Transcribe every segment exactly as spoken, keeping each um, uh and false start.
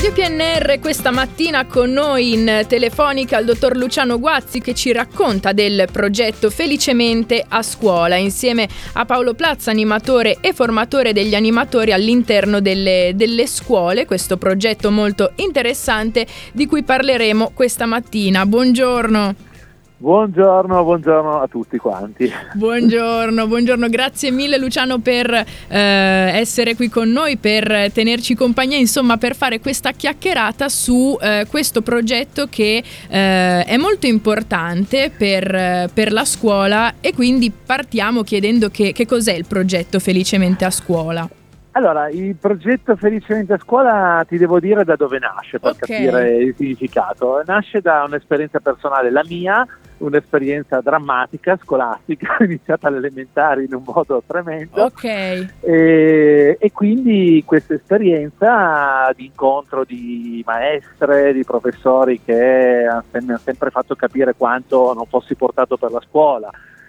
Radio P N R questa mattina con noi in telefonica il dottor Luciano Guazzi, che ci racconta del progetto Felicemente a Scuola, insieme a Paolo Plazza, animatore e formatore degli animatori all'interno delle, delle scuole. Questo progetto molto interessante di cui parleremo questa mattina. Buongiorno. Buongiorno, buongiorno a tutti quanti. Buongiorno, buongiorno, grazie mille Luciano per eh, essere qui con noi, per tenerci compagnia, insomma per fare questa chiacchierata su eh, questo progetto che eh, è molto importante per, per la scuola, e quindi partiamo chiedendo che, che cos'è il progetto Felicemente a Scuola. Allora, il progetto Felicemente a Scuola ti devo dire da dove nasce per Okay. capire il significato. Nasce da un'esperienza personale, la mia, un'esperienza drammatica, scolastica, iniziata alle elementari in un modo tremendo. Ok, E, e quindi questa esperienza di incontro di maestre, di professori che hanno sem- hanno sempre fatto capire quanto non fossi portato per la scuola,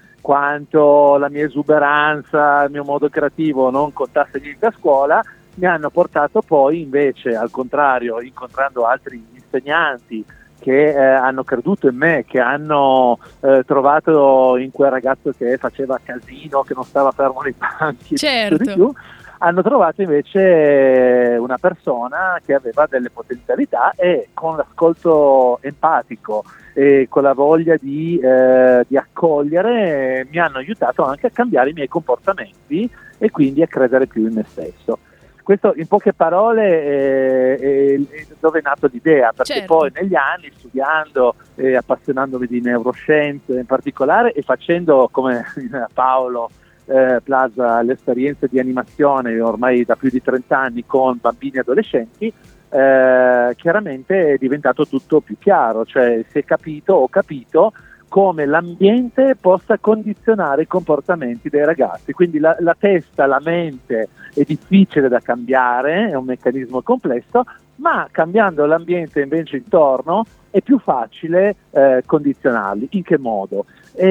quanto la mia esuberanza, il mio modo creativo non contasse niente a scuola, mi hanno portato poi invece al contrario, incontrando altri insegnanti che eh, hanno creduto in me, che hanno eh, trovato in quel ragazzo che faceva casino, che non stava fermo nei banchi, certo. tutto di più, hanno trovato invece una persona che aveva delle potenzialità, e con l'ascolto empatico e con la voglia di, eh, di accogliere eh, mi hanno aiutato anche a cambiare i miei comportamenti e quindi a credere più in me stesso. Questo in poche parole è, è, è dove è nato l'idea, perché Certo. poi negli anni, studiando e appassionandomi di neuroscienze in particolare e facendo come Paolo eh, Plaza l'esperienza di animazione ormai da più di trenta anni con bambini e adolescenti, eh, chiaramente è diventato tutto più chiaro, cioè si è capito, ho capito come l'ambiente possa condizionare i comportamenti dei ragazzi. Quindi la, la testa, la mente è difficile da cambiare, è un meccanismo complesso, ma cambiando l'ambiente invece intorno è più facile eh, condizionarli. In che modo?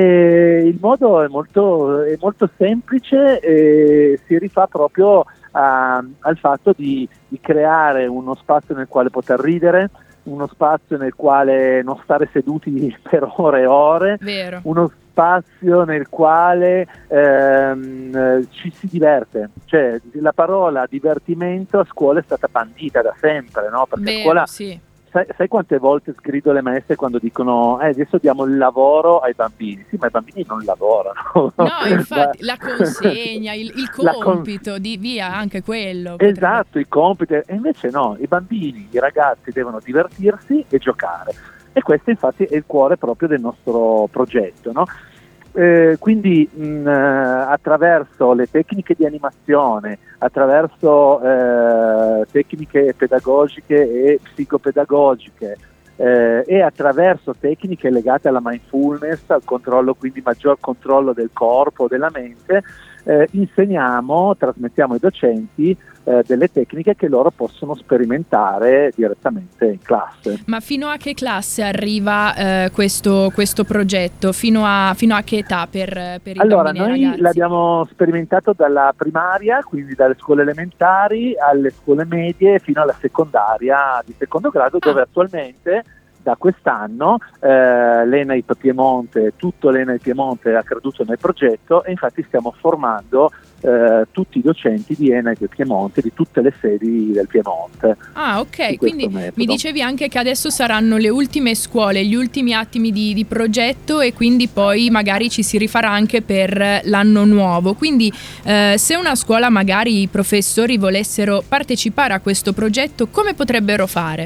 E il modo è molto, è molto semplice e si rifà proprio a, al fatto di, di creare uno spazio nel quale poter ridere, uno spazio nel quale non stare seduti per ore e ore, Vero. uno spazio nel quale ehm, eh, ci si diverte. Cioè la parola divertimento a scuola è stata bandita da sempre, no? Perché Vero, a scuola sì. sai, sai quante volte sgrido le maestre quando dicono eh, adesso diamo il lavoro ai bambini? Sì, ma i bambini non lavorano. No, infatti, la consegna, il, il La con- compito, di via, anche quello. potrebbe- Esatto, i compiti, e invece no, i bambini, i ragazzi devono divertirsi e giocare, e questo infatti è il cuore proprio del nostro progetto, no? Eh, quindi mh, attraverso le tecniche di animazione, attraverso eh, tecniche pedagogiche e psicopedagogiche, eh, e attraverso tecniche legate alla mindfulness, al controllo, quindi maggior controllo del corpo, della mente, eh, insegniamo, trasmettiamo ai docenti eh, delle tecniche che loro possono sperimentare direttamente in classe. Ma fino a che classe arriva eh, questo, questo progetto? Fino a, fino a che età per, per i Allora, bambini e i noi ragazzi? l'abbiamo sperimentato dalla primaria, quindi dalle scuole elementari alle scuole medie fino alla secondaria di secondo grado, dove Ah. attualmente da quest'anno eh, l'ENAIP Piemonte, tutto l'ENAIP Piemonte ha creduto nel progetto, e infatti stiamo formando eh, tutti i docenti di ENAIP Piemonte, di tutte le sedi del Piemonte. Ah, ok, Di questo quindi metodo. mi dicevi anche che adesso saranno le ultime scuole, gli ultimi attimi di, di progetto, e quindi poi magari ci si rifarà anche per l'anno nuovo. Quindi eh, se una scuola, magari i professori volessero partecipare a questo progetto, come potrebbero fare?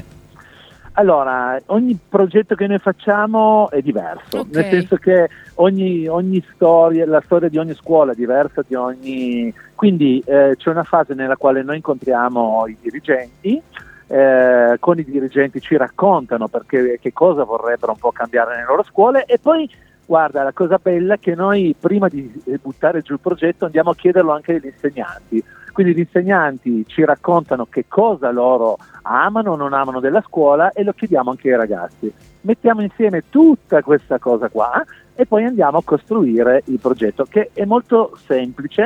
Allora, ogni progetto che noi facciamo è diverso, Ok. nel senso che ogni, ogni storia, la storia di ogni scuola è diversa, di ogni... quindi eh, c'è una fase nella quale noi incontriamo i dirigenti, eh, con i dirigenti ci raccontano perché, che cosa vorrebbero un po' cambiare nelle loro scuole, e poi guarda, la cosa bella è che noi prima di buttare giù il progetto andiamo a chiederlo anche agli insegnanti. Quindi gli insegnanti ci raccontano che cosa loro amano o non amano della scuola, e lo chiediamo anche ai ragazzi. Mettiamo insieme tutta questa cosa qua e poi andiamo a costruire il progetto, che è molto semplice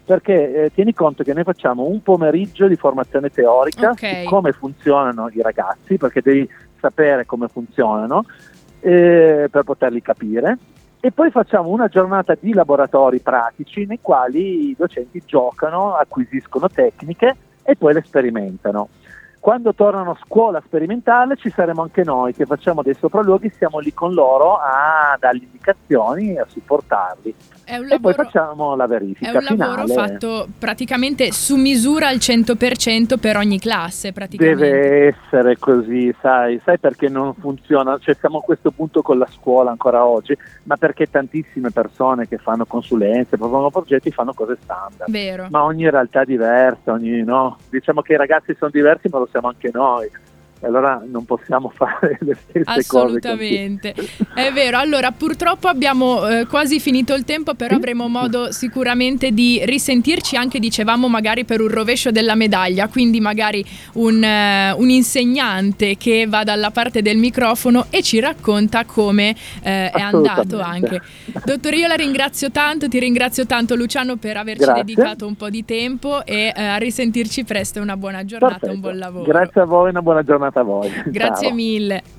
perché eh, tieni conto che noi facciamo un pomeriggio di formazione teorica okay. su come funzionano i ragazzi, perché devi sapere come funzionano eh, per poterli capire, e poi facciamo una giornata di laboratori pratici nei quali i docenti giocano, acquisiscono tecniche e poi le sperimentano. Quando tornano a scuola sperimentale ci saremo anche noi che facciamo dei sopralluoghi, siamo lì con loro a dargli indicazioni e a supportarli. È un E lavoro, poi facciamo la verifica è un lavoro finale. fatto praticamente su misura al cento per cento per ogni classe praticamente. Deve essere così, sai, sai perché non funziona? Cioè siamo a questo punto con la scuola ancora oggi, ma perché tantissime persone che fanno consulenze, propongono progetti, fanno cose standard. Vero. Ma ogni realtà è diversa, ogni, no? Diciamo che i ragazzi sono diversi, ma lo siamo anche noi. E allora non possiamo fare le stesse assolutamente cose. È vero. Allora purtroppo abbiamo eh, quasi finito il tempo, però avremo modo sicuramente di risentirci anche, dicevamo, magari per un rovescio della medaglia, quindi magari un, uh, un insegnante che va dalla parte del microfono e ci racconta come eh, è andato anche. Dottore, io la ringrazio tanto, ti ringrazio tanto Luciano per averci Grazie. dedicato un po' di tempo e eh, a risentirci presto. Una buona giornata. Perfetto. Un buon lavoro. Grazie a voi, una buona giornata a voi. Grazie Ciao. mille.